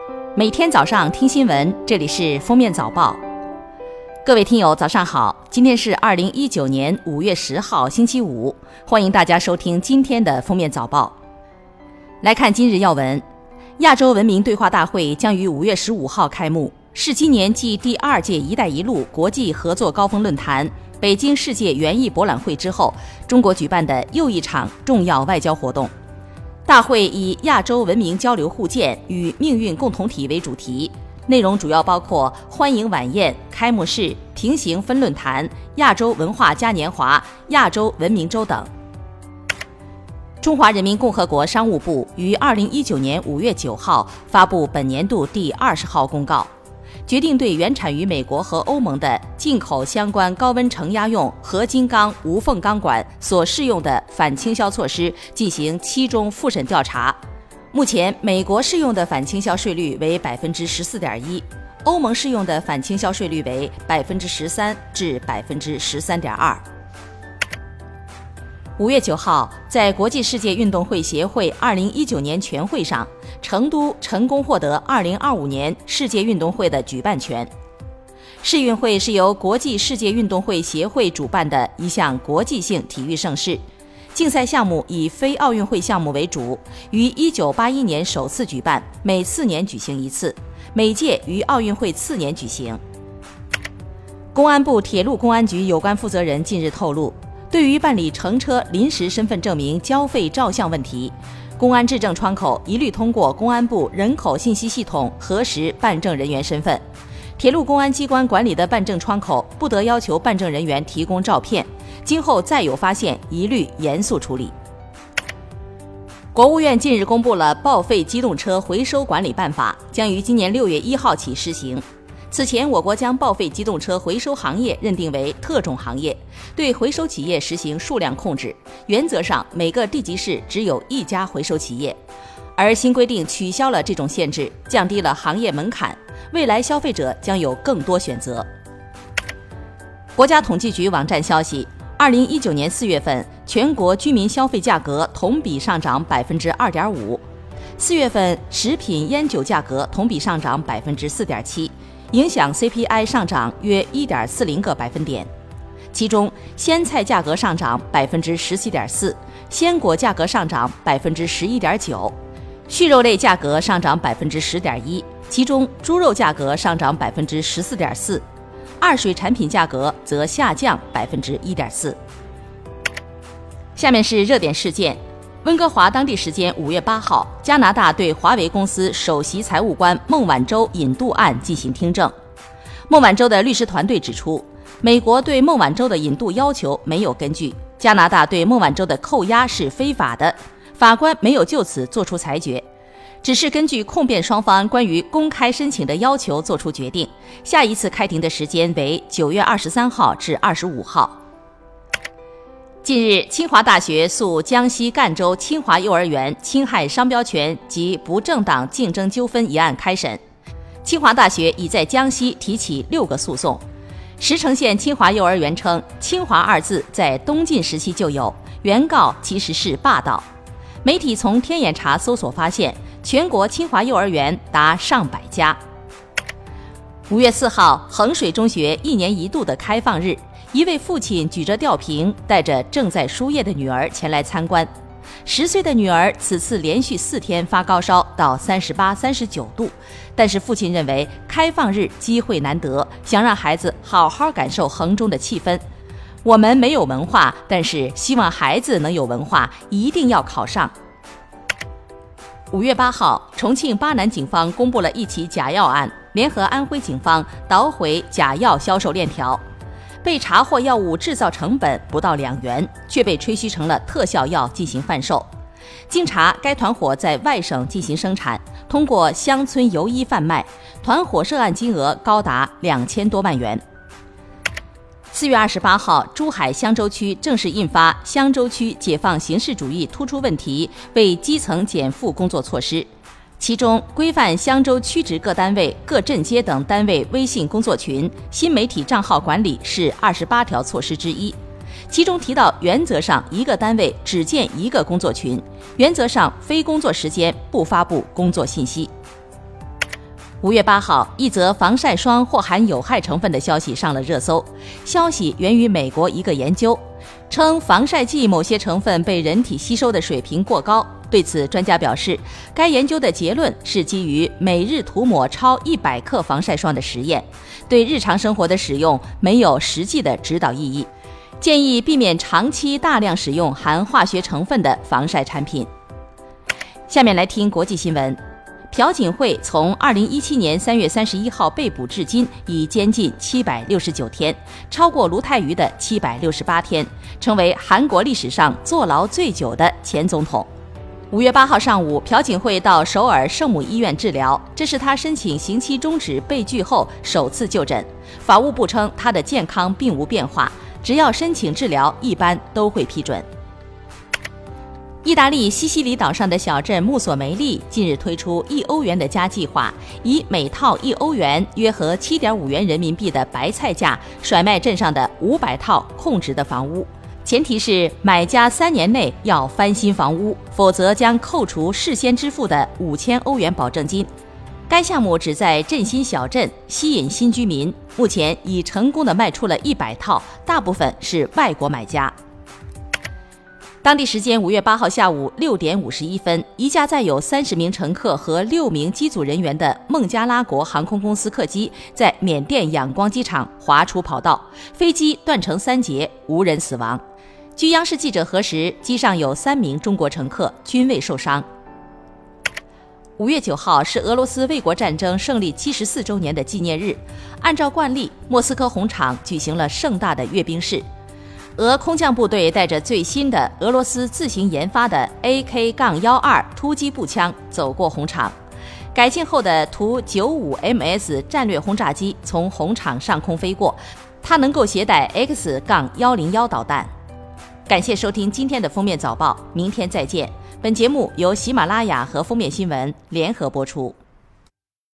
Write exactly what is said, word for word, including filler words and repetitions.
每天早上听新闻，这里是封面早报。各位听友早上好，今天是二零一九年五月十号星期五，欢迎大家收听今天的封面早报。来看今日要闻，亚洲文明对话大会将于五月十五号开幕，是今年继第二届一带一路国际合作高峰论坛、北京世界园艺博览会之后，中国举办的又一场重要外交活动。大会以亚洲文明交流互鉴与命运共同体为主题，内容主要包括欢迎晚宴、开幕式、平行分论坛、亚洲文化嘉年华、亚洲文明周等。中华人民共和国商务部于二零一九年五月九号发布本年度第二十号公告，决定对原产于美国和欧盟的进口相关高温承压用合金钢无缝钢管所适用的反倾销措施进行期中复审调查。目前，美国适用的反倾销税率为百分之十四点一，欧盟适用的反倾销税率为百分之十三至百分之十三点二。五月九号，在国际世界运动会协会二零一九年全会上，成都成功获得二零二五年世界运动会的举办权。世运会是由国际世界运动会协会主办的一项国际性体育盛事，竞赛项目以非奥运会项目为主，于一九八一年首次举办，每四年举行一次，每届于奥运会次年举行。公安部铁路公安局有关负责人近日透露，对于办理乘车临时身份证明交费照相问题，公安质证窗口一律通过公安部人口信息系统核实办证人员身份。铁路公安机关管理的办证窗口不得要求办证人员提供照片，今后再有发现，一律严肃处理。国务院近日公布了报废机动车回收管理办法，将于今年六月一号起施行。此前，我国将报废机动车回收行业认定为特种行业，对回收企业实行数量控制，原则上每个地级市只有一家回收企业。而新规定取消了这种限制，降低了行业门槛，未来消费者将有更多选择。国家统计局网站消息，二零一九年四月份，全国居民消费价格同比上涨百分之二点五，四月份食品烟酒价格同比上涨百分之四点七。影响 C P I 上涨约 一点四零个百分点，其中鲜菜价格上涨百分之十七点四，鲜果价格上涨百分之十一点九，畜肉类价格上涨百分之十点一，其中猪肉价格上涨百分之十四点四，二水产品价格则下降百分之一点四。下面是热点事件。温哥华当地时间五月八号，加拿大对华为公司首席财务官孟晚舟引渡案进行听证。孟晚舟的律师团队指出，美国对孟晚舟的引渡要求没有根据，加拿大对孟晚舟的扣押是非法的，法官没有就此作出裁决，只是根据控辩双方关于公开申请的要求作出决定。下一次开庭的时间为九月二十三号至二十五号。近日，清华大学诉江西赣州清华幼儿园侵害商标权及不正当竞争纠纷一案开审。清华大学已在江西提起六个诉讼。石城县清华幼儿园称，清华二字在东晋时期就有，原告其实是霸道。媒体从天眼查搜索发现，全国清华幼儿园达上百家。五月四号，衡水中学一年一度的开放日，一位父亲举着吊瓶，带着正在输液的女儿前来参观。十岁的女儿此次连续四天发高烧到三十八、三十九度，但是父亲认为开放日机会难得，想让孩子好好感受衡中的气氛。我们没有文化，但是希望孩子能有文化，一定要考上。五月八号，重庆巴南警方公布了一起假药案，联合安徽警方捣毁假药销售链条。被查获药物制造成本不到两元，却被吹嘘成了特效药进行贩售。经查，该团伙在外省进行生产，通过乡村游医贩卖，团伙涉案金额高达两千多万元。四月二十八号，珠海香洲区正式印发《香洲区解放形式主义突出问题为基层减负工作措施》，其中规范香洲区直各单位、各镇街等单位微信工作群、新媒体账号管理是二十八条措施之一。其中提到，原则上一个单位只建一个工作群，原则上非工作时间不发布工作信息。 五月八号，一则防晒霜或含有害成分的消息上了热搜。消息源于美国一个研究，称防晒剂某些成分被人体吸收的水平过高。对此，专家表示，该研究的结论是基于每日涂抹超一百克防晒霜的实验，对日常生活的使用没有实际的指导意义，建议避免长期大量使用含化学成分的防晒产品。下面来听国际新闻。朴槿惠从二零一七年三月三十一号被捕至今已监禁七百六十九天，超过卢泰愚的七百六十八天，成为韩国历史上坐牢最久的前总统。五月八号上午，朴槿惠到首尔圣母医院治疗，这是她申请刑期终止被拒后首次就诊。法务部称她的健康并无变化，只要申请治疗，一般都会批准。意大利西西里岛上的小镇穆索梅利近日推出一欧元的加计划，以每套一欧元约合 七点五元人民币的白菜价甩卖镇上的五百套空置的房屋，前提是买家三年内要翻新房屋，否则将扣除事先支付的五千欧元保证金。该项目旨在振兴小镇，吸引新居民，目前已成功地卖出了一百套，大部分是外国买家。当地时间五月八号下午六点五十一分，一架载有三十名乘客和六名机组人员的孟加拉国航空公司客机在缅甸仰光机场滑出跑道，飞机断成三截，无人死亡。据央视记者核实，机上有三名中国乘客，均未受伤。五月九号是俄罗斯卫国战争胜利七十四周年的纪念日，按照惯例，莫斯科红场举行了盛大的阅兵式。俄空降部队带着最新的俄罗斯自行研发的 A K 十二 突击步枪走过红场，改进后的图 九五 M S 战略轰炸机从红场上空飞过，它能够携带 X 一零一 导弹。感谢收听今天的封面早报，明天再见。本节目由喜马拉雅和封面新闻联合播出。